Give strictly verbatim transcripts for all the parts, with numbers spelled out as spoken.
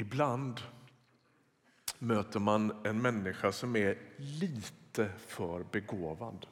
Ibland möter man en människa som är lite för begåvad.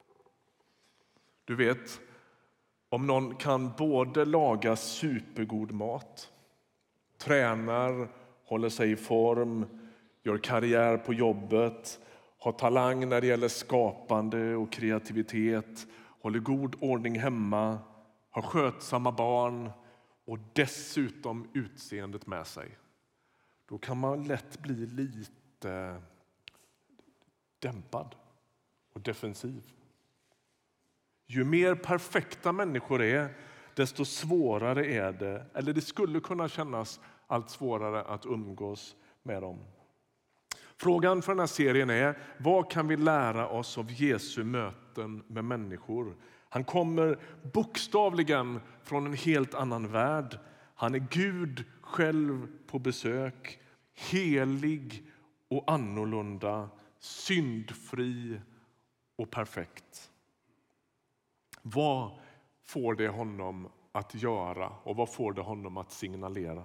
Du vet, om någon kan både laga supergod mat, tränar, håller sig i form, gör karriär på jobbet, har talang när det gäller skapande och kreativitet, håller god ordning hemma, har skötsamma barn och dessutom utseendet med sig. Då kan man lätt bli lite dämpad och defensiv. Ju mer perfekta människor är, desto svårare är det, eller det skulle kunna kännas allt svårare att umgås med dem. Frågan för den här serien är: vad kan vi lära oss av Jesu möten med människor? Han kommer bokstavligen från en helt annan värld. Han är Gud själv på besök, helig och annorlunda, syndfri och perfekt. Vad får det honom att göra och vad får det honom att signalera?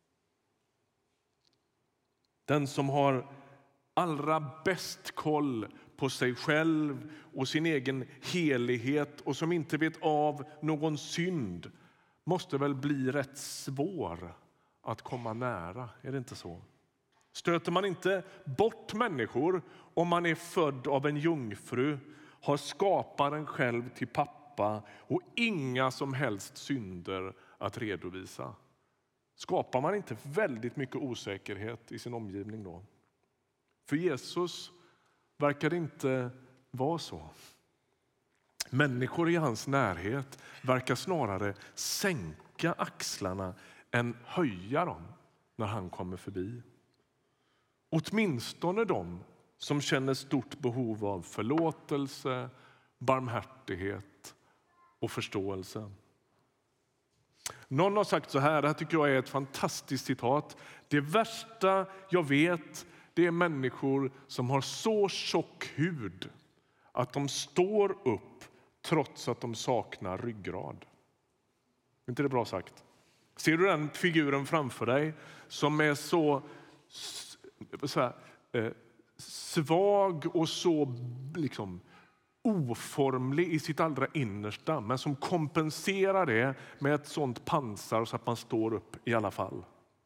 Den som har allra bäst koll på sig själv och sin egen helighet och som inte vet av någon synd måste väl bli rätt svår att komma nära, är det inte så? Stöter man inte bort människor om man är född av en jungfru, har skaparen själv till pappa och inga som helst synder att redovisa? Skapar man inte väldigt mycket osäkerhet i sin omgivning då? För Jesus verkar det inte vara så. Människor i hans närhet verkar snarare sänka axlarna än höja dem när han kommer förbi. Åtminstone de som känner stort behov av förlåtelse, barmhärtighet och förståelse. Någon har sagt så här, det här tycker jag är ett fantastiskt citat: det värsta jag vet, det är människor som har så tjock hud att de står upp trots att de saknar ryggrad. Är inte det bra sagt? Ser du den figuren framför dig som är så, så här, eh, svag och så liksom oformlig i sitt allra innersta, men som kompenserar det med ett sånt pansar så att man står upp i alla fall.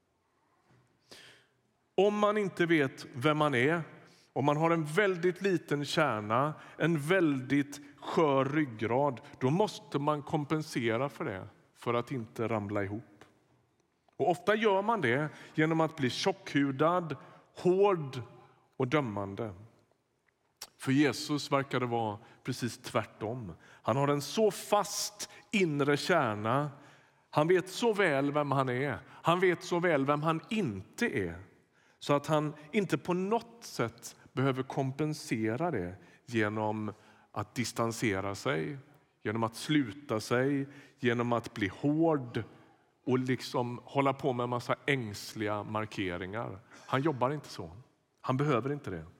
Om man inte vet vem man är, om man har en väldigt liten kärna, en väldigt skör ryggrad, då måste man kompensera för det för att inte ramla ihop. Och ofta gör man det genom att bli tjockhudad, hård och dömande. För Jesus verkar det vara precis tvärtom. Han har en så fast inre kärna. Han vet så väl vem han är. Han vet så väl vem han inte är. Så att han inte på något sätt behöver kompensera det genom att distansera sig, genom att sluta sig, genom att bli hård och liksom hålla på med en massa ängsliga markeringar. Han jobbar inte så. Han behöver inte det.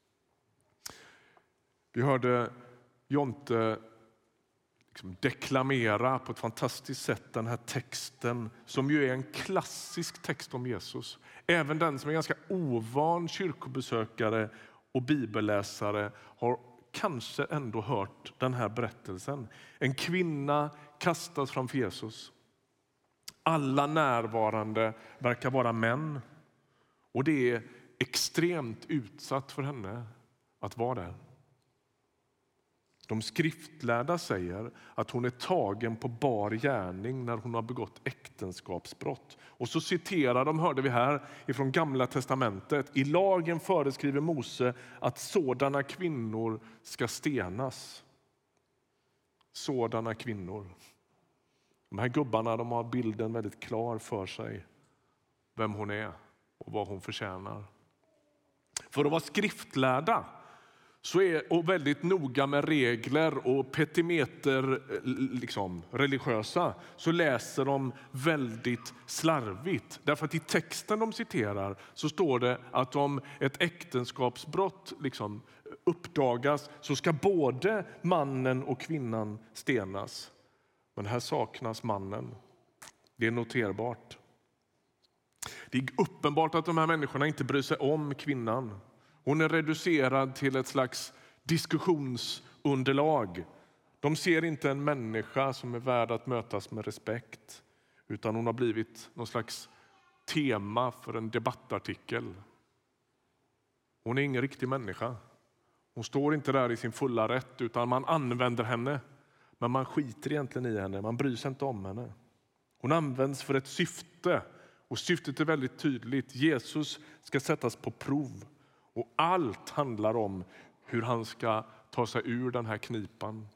Vi hörde Jonte liksom deklamera på ett fantastiskt sätt den här texten som ju är en klassisk text om Jesus. Även den som är ganska ovan kyrkobesökare och bibelläsare har kanske ändå hört den här berättelsen. En kvinna kastas framför Jesus. Alla närvarande verkar vara män och det är extremt utsatt för henne att vara där. De skriftlärda säger att hon är tagen på bar gärning när hon har begått äktenskapsbrott. Och så citerar de, hörde vi här, ifrån Gamla testamentet. I lagen föreskriver Mose att sådana kvinnor ska stenas. Sådana kvinnor. De här gubbarna, de har bilden väldigt klar för sig. Vem hon är och vad hon förtjänar. För att vara skriftlärda så är och väldigt noga med regler och petimeter liksom religiösa, så läser de väldigt slarvigt. Därför att i texten de citerar så står det att om ett äktenskapsbrott liksom uppdagas så ska både mannen och kvinnan stenas. Men här saknas mannen. Det är noterbart. Det är uppenbart att de här människorna inte bryr sig om kvinnan. Hon är reducerad till ett slags diskussionsunderlag. De ser inte en människa som är värd att mötas med respekt, utan hon har blivit någon slags tema för en debattartikel. Hon är ingen riktig människa. Hon står inte där i sin fulla rätt, utan man använder henne. Men man skiter egentligen i henne, man bryr sig inte om henne. Hon används för ett syfte, och syftet är väldigt tydligt. Jesus ska sättas på prov, och allt handlar om hur han ska ta sig ur den här knipan.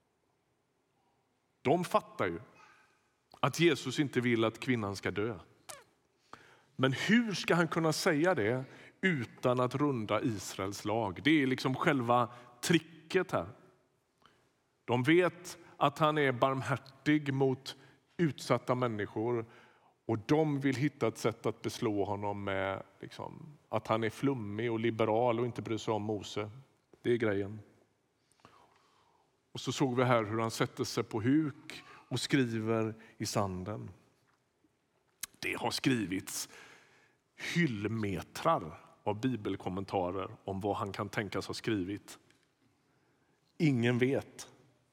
De fattar ju att Jesus inte vill att kvinnan ska dö. Men hur ska han kunna säga det utan att runda Israels lag? Det är liksom själva tricket här. De vet att han är barmhärtig mot utsatta människor, och de vill hitta ett sätt att beslå honom med liksom, att han är flummig och liberal och inte bryr sig om Mose. Det är grejen. Och så såg vi här hur han sätter sig på huk och skriver i sanden. Det har skrivits hyllmetrar av bibelkommentarer om vad han kan tänkas ha skrivit. Ingen vet.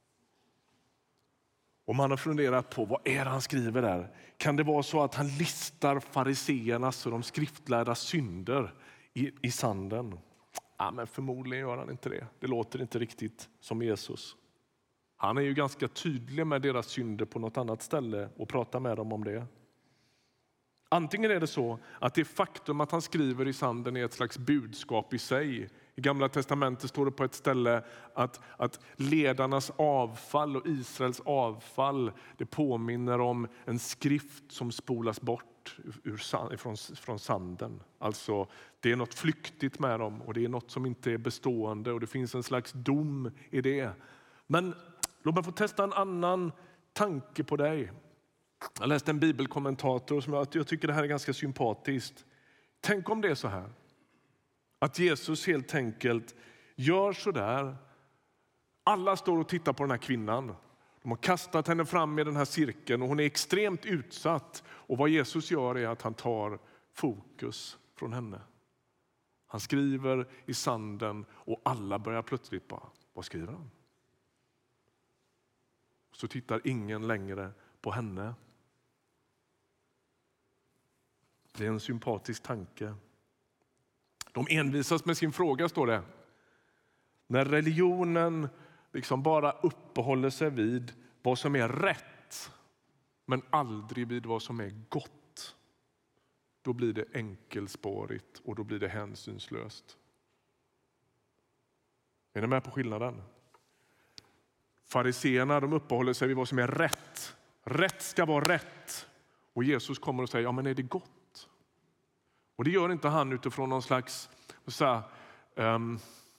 Och man har funderat på vad är det han skriver där. Kan det vara så att han listar fariseernas och de skriftlärda synder i, i sanden? Ja, men förmodligen gör han inte det. Det låter inte riktigt som Jesus. Han är ju ganska tydlig med deras synder på något annat ställe och pratar med dem om det. Antingen är det så att det faktum att han skriver i sanden är ett slags budskap i sig. I Gamla testamentet står det på ett ställe att, att ledarnas avfall och Israels avfall, det påminner om en skrift som spolas bort ur, från, från sanden. Alltså det är något flyktigt med dem, och det är något som inte är bestående, och det finns en slags dom i det. Men låt mig få testa en annan tanke på dig. Jag läste en bibelkommentator som jag, jag tycker det här är ganska sympatiskt. Tänk om det är så här att Jesus helt enkelt gör så där. Alla står och tittar på den här kvinnan. De har kastat henne fram i den här cirkeln, och hon är extremt utsatt. Och vad Jesus gör är att han tar fokus från henne. Han skriver i sanden, och alla börjar plötsligt bara, vad skriver han? Så tittar ingen längre på henne. Det är en sympatisk tanke. De envisas med sin fråga, står det. När religionen liksom bara uppehåller sig vid vad som är rätt, men aldrig vid vad som är gott, då blir det enkelspårigt och då blir det hänsynslöst. Är ni med på skillnaden? Fariseerna, de uppehåller sig vid vad som är rätt. Rätt ska vara rätt. Och Jesus kommer och säger, ja men är det gott? Och det gör inte han utifrån någon slags så här, um,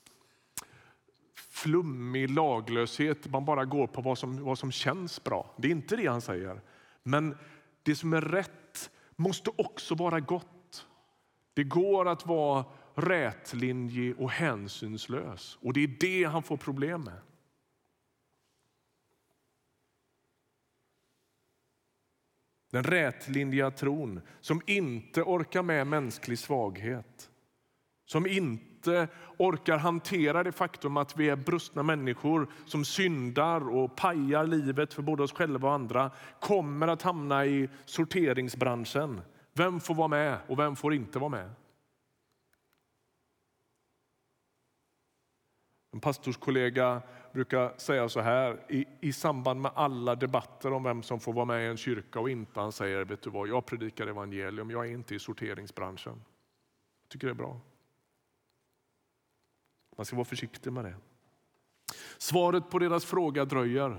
flummig laglöshet. Man bara går på vad som, vad som känns bra. Det är inte det han säger. Men det som är rätt måste också vara gott. Det går att vara rätlinjig och hänsynslös. Och det är det han får problem med. Den rätlinjiga tron som inte orkar med mänsklig svaghet. Som inte orkar hantera det faktum att vi är brustna människor som syndar och pajar livet för både oss själva och andra. Kommer att hamna i sorteringsbranschen. Vem får vara med och vem får inte vara med? En pastorskollega brukar säga så här i, i samband med alla debatter om vem som får vara med i en kyrka och inte. Han säger, vet du vad, jag predikar evangelium, jag är inte i sorteringsbranschen. Jag tycker det är bra. Man ska vara försiktig med det. Svaret på deras fråga dröjer.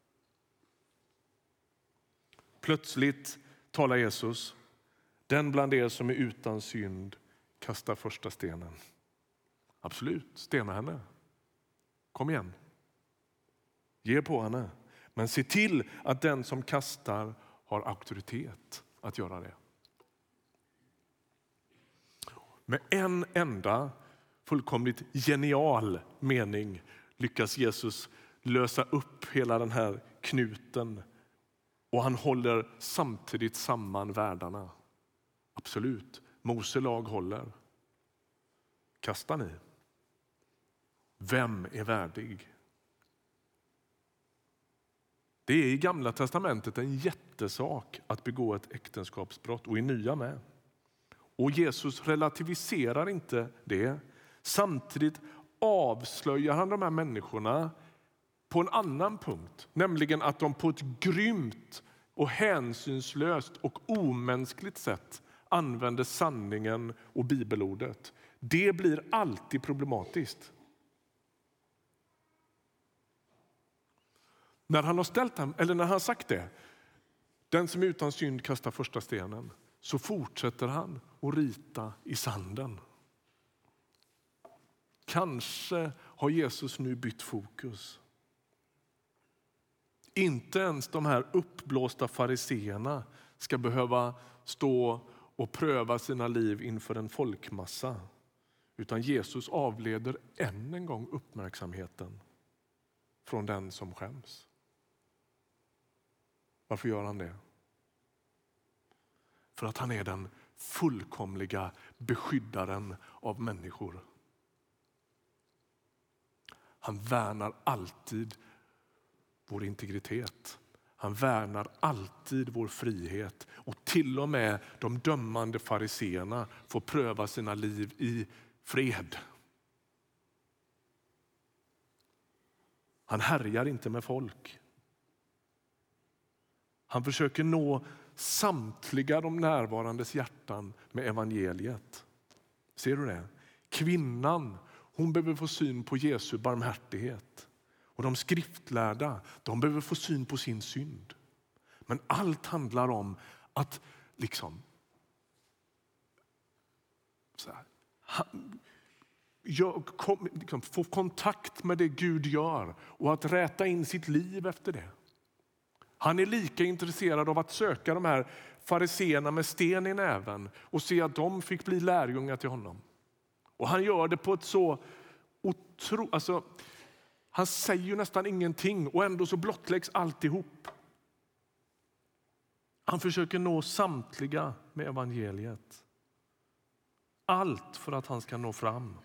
Plötsligt talar Jesus. Den bland er som är utan synd kastar första stenen. Absolut, stena henne. Kom igen. Ge på henne. Men se till att den som kastar har auktoritet att göra det. Med en enda fullkomligt genial mening lyckas Jesus lösa upp hela den här knuten. Och han håller samtidigt samman världarna. Absolut, Mose lag håller. Kastar ni? Vem är värdig? Det är i Gamla testamentet en jättesak att begå ett äktenskapsbrott och i Nya med. Och Jesus relativiserar inte det. Samtidigt avslöjar han de här människorna på en annan punkt. Nämligen att de på ett grymt och hänsynslöst och omänskligt sätt använder sanningen och bibelordet. Det blir alltid problematiskt. När han har ställt ham, eller när han sagt det, den som är utan synd kastar första stenen, så fortsätter han att rita i sanden. Kanske har Jesus nu bytt fokus. Inte ens de här uppblåsta fariseerna ska behöva stå och pröva sina liv inför en folkmassa. Utan Jesus avleder än en gång uppmärksamheten från den som skäms. Varför gör han det? För att han är den fullkomliga beskyddaren av människor. Han värnar alltid vår integritet. Han värnar alltid vår frihet. Och till och med de dömande fariseerna får pröva sina liv i fred. Han härjar inte med folk. Han försöker nå samtliga de närvarandes hjärtan med evangeliet. Ser du det? Kvinnan, hon behöver få syn på Jesu barmhärtighet. Och de skriftlärda, de behöver få syn på sin synd. Men allt handlar om att liksom, så här, han, jag kom, liksom, få kontakt med det Gud gör och att rätta in sitt liv efter det. Han är lika intresserad av att söka de här fariseerna med sten i näven och se att de fick bli lärjungar till honom. Och han gör det på ett så otro, alltså, han säger ju nästan ingenting och ändå så blottläggs alltihop. Han försöker nå samtliga med evangeliet. Allt för att han ska nå fram.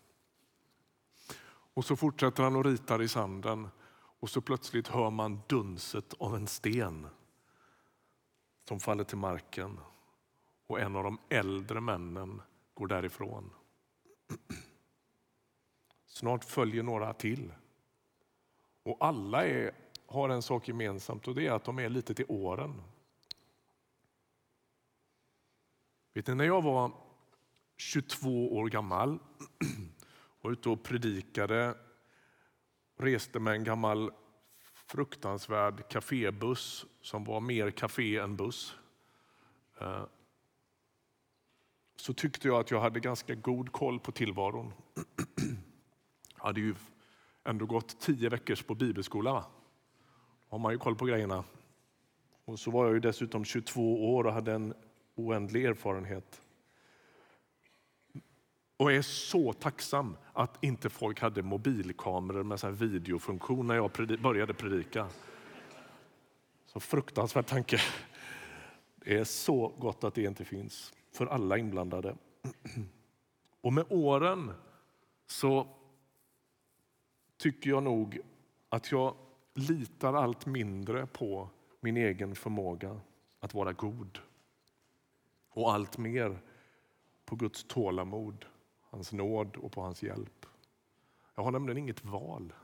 Och så fortsätter han och ritar i sanden. Och så plötsligt hör man dunset av en sten som faller till marken. Och en av de äldre männen går därifrån. Snart följer några till. Och alla är, har en sak gemensamt och det är att de är lite till åren. Vet ni, när jag var tjugotvå år gammal och ute och predikade, reste med en gammal fruktansvärd kafébuss som var mer kafé än buss. Så tyckte jag att jag hade ganska god koll på tillvaron. Jag hade ju ändå gått tio veckors på bibelskola. Va? Har man ju koll på grejerna. Och så var jag ju dessutom tjugotvå år och hade en oändlig erfarenhet. Och är så tacksam att inte folk hade mobilkameror med så här videofunktion när jag predik- började predika. Så fruktansvärd tanke. Det är så gott att det inte finns för alla inblandade. Och med åren så tycker jag nog att jag litar allt mindre på min egen förmåga att vara god. Och allt mer på Guds tålamod, hans nåd och på hans hjälp. Jag har nämligen inget val.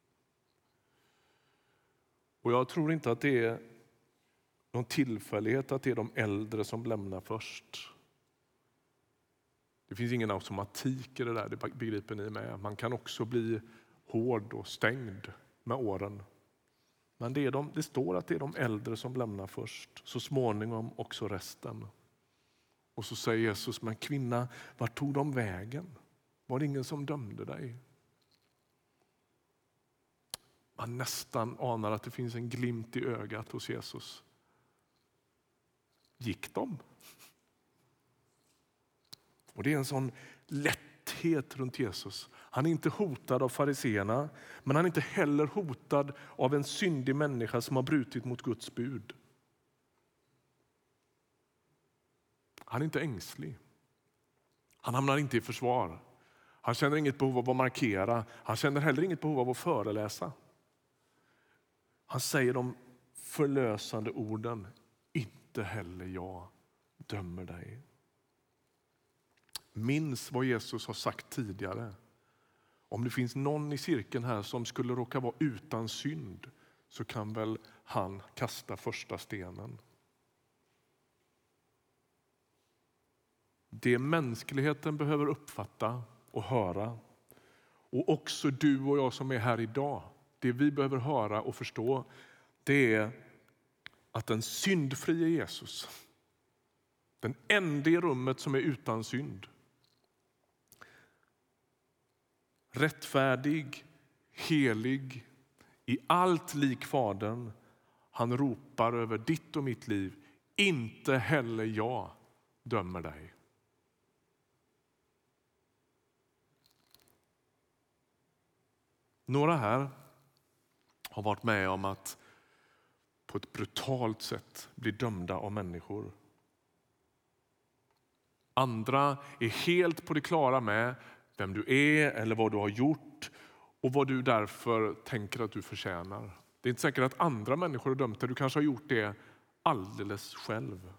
Och jag tror inte att det är någon tillfällighet att det är de äldre som lämnar först. Det finns ingen automatik i det där, det begriper ni med. Man kan också bli hård och stängd med åren. Men det, är de, det står att det är de äldre som lämnar först. Så småningom också resten. Och så säger Jesus, men kvinna, vart tog de vägen? Var det ingen som dömde dig? Man nästan anar att det finns en glimt i ögat hos Jesus. Gick de? Och det är en sån lätthet runt Jesus. Han är inte hotad av fariseerna, men han är inte heller hotad av en syndig människa som har brutit mot Guds bud. Han är inte ängslig. Han hamnar inte i försvar. Han känner inget behov av att markera. Han känner heller inget behov av att föreläsa. Han säger de förlösande orden: inte heller jag dömer dig. Minns vad Jesus har sagt tidigare. Om det finns någon i cirkeln här som skulle råka vara utan synd, så kan väl han kasta första stenen. Det mänskligheten behöver uppfatta och höra, och också du och jag som är här idag, det vi behöver höra och förstå, det är att den syndfria Jesus, den enda i rummet som är utan synd, rättfärdig, helig, i allt lik Fadern, han ropar över ditt och mitt liv: inte heller jag dömer dig. Några här har varit med om att på ett brutalt sätt bli dömda av människor. Andra är helt på det klara med vem du är eller vad du har gjort och vad du därför tänker att du förtjänar. Det är inte säkert att andra människor har dömt dig. Du kanske har gjort det alldeles själv.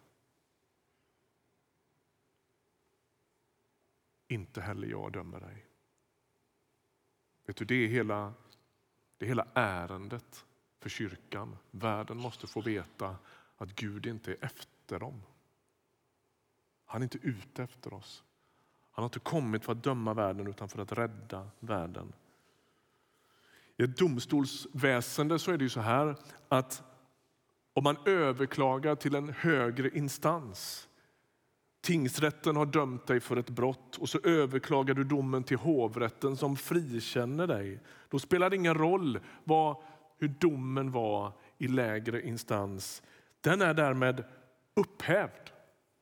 Inte heller jag dömer dig. Vet du, det är hela, det är hela ärendet för kyrkan. Världen måste få veta att Gud inte är efter dem. Han är inte ute efter oss. Han har inte kommit för att döma världen utan för att rädda världen. I ett domstolsväsende så är det ju så här att om man överklagar till en högre instans, tingsrätten har dömt dig för ett brott och så överklagar du domen till hovrätten som frikänner dig, då spelar det ingen roll vad, hur domen var i lägre instans. Den är därmed upphävd.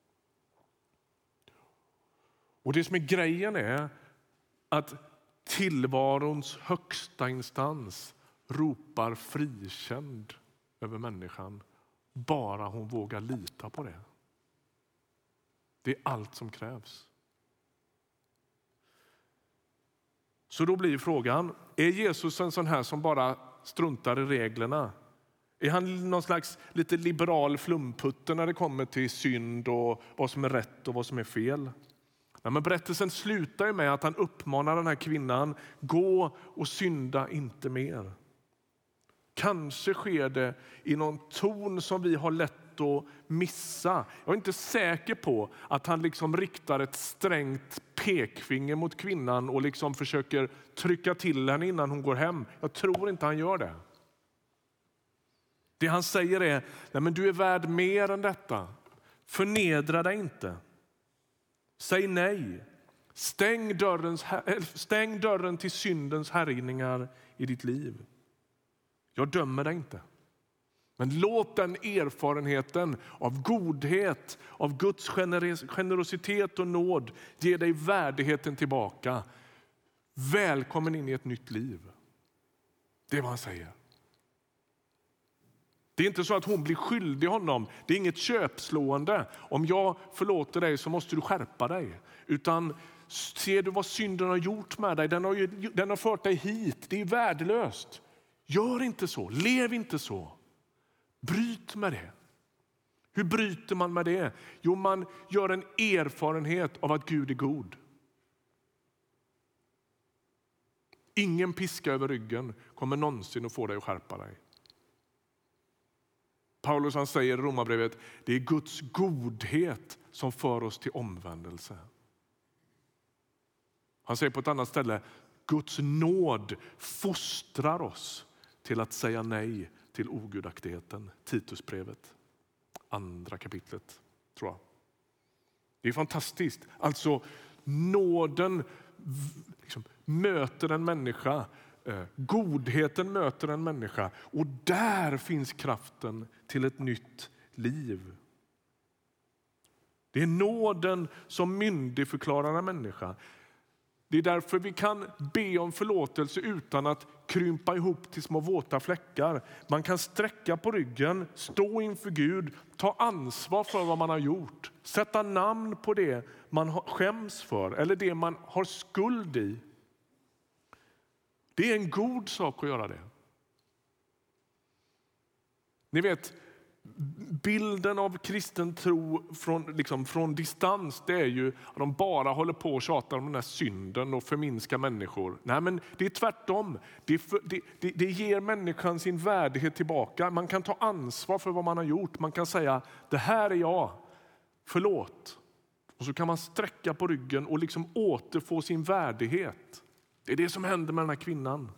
Och det som är grejen är att tillvarons högsta instans ropar frikänd över människan, bara hon vågar lita på det. Det är allt som krävs. Så då blir frågan, är Jesus en sån här som bara struntar i reglerna? Är han någon slags lite liberal flumputte när det kommer till synd och vad som är rätt och vad som är fel? Nej, men berättelsen slutar ju med att han uppmanar den här kvinnan: gå och synda inte mer. Kanske sker det i någon ton som vi har lätt att missa. Jag är inte säker på att han liksom riktar ett strängt pekfinger mot kvinnan och liksom försöker trycka till henne innan hon går hem. Jag tror inte han gör det. Det han säger är: nej, men du är värd mer än detta. Förnedra dig inte. Säg nej. Stäng, dörrens, stäng dörren till syndens härjningar i ditt liv. Jag dömer dig inte. Men låt den erfarenheten av godhet, av Guds generositet och nåd ge dig värdigheten tillbaka. Välkommen in i ett nytt liv. Det är vad han säger. Det är inte så att hon blir skyldig honom. Det är inget köpslående. Om jag förlåter dig så måste du skärpa dig. Utan ser du vad synden har gjort med dig? Den har, ju, den har fört dig hit. Det är värdelöst. Gör inte så. Lev inte så. Bryt med det. Hur bryter man med det? Jo, man gör en erfarenhet av att Gud är god. Ingen piska över ryggen kommer någonsin att få dig att skärpa dig. Paulus han säger i Romarbrevet: det är Guds godhet som för oss till omvändelse. Han säger på ett annat ställe: Guds nåd fostrar oss till att säga nej till ogudaktigheten. Titusbrevet, andra kapitlet, tror jag. Det är fantastiskt. Alltså nåden liksom möter en människa. Godheten möter en människa och där finns kraften till ett nytt liv. Det är nåden som myndigförklarar en människa. Det är därför vi kan be om förlåtelse utan att krympa ihop till små våta fläckar. Man kan sträcka på ryggen, stå inför Gud, ta ansvar för vad man har gjort. Sätta namn på det man skäms för eller det man har skuld i. Det är en god sak att göra det. Ni vet, bilden av kristen tro från, liksom, från distans, det är ju att de bara håller på och tjatar om den här synden och förminskar människor. Nej, men det är tvärtom. Det, för, det, det, det ger människan sin värdighet tillbaka. Man kan ta ansvar för vad man har gjort. Man kan säga, det här är jag, förlåt. Och så kan man sträcka på ryggen och liksom återfå sin värdighet. Det är det som händer med den här kvinnan.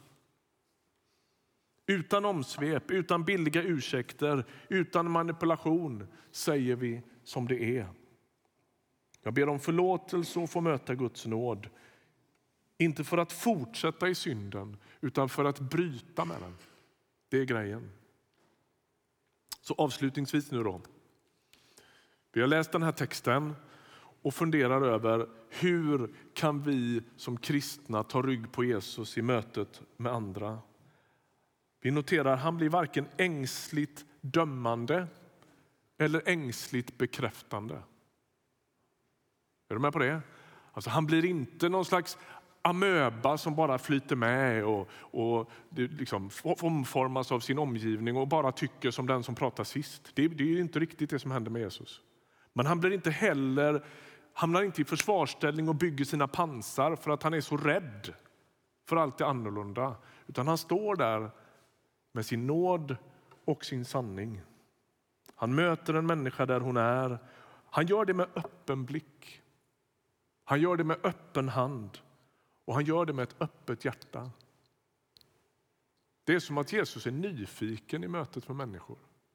Utan omsvep, utan billiga ursäkter, utan manipulation säger vi som det är. Jag ber om förlåtelse och få möta Guds nåd. Inte för att fortsätta i synden, utan för att bryta med den. Det är grejen. Så avslutningsvis nu då. Vi har läst den här texten och funderar över hur kan vi som kristna ta rygg på Jesus i mötet med andra. Vi noterar att han blir varken ängsligt dömande eller ängsligt bekräftande. Är du med på det? Alltså han blir inte någon slags amöba som bara flyter med och, och liksom omformas av sin omgivning och bara tycker som den som pratar sist. Det, det är ju inte riktigt det som händer med Jesus. Men han blir inte heller, hamnar inte i försvarsställning och bygger sina pansar för att han är så rädd för allt det annorlunda. Utan han står där med sin nåd och sin sanning. Han möter en människa där hon är. Han gör det med öppen blick. Han gör det med öppen hand. Och han gör det med ett öppet hjärta. Det är som att Jesus är nyfiken i mötet med människor.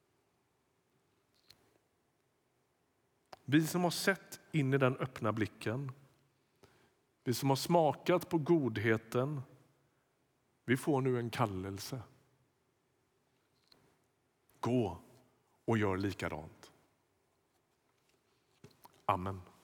Vi som har sett in i den öppna blicken, vi som har smakat på godheten, vi får nu en kallelse. Gå och gör likadant. Amen.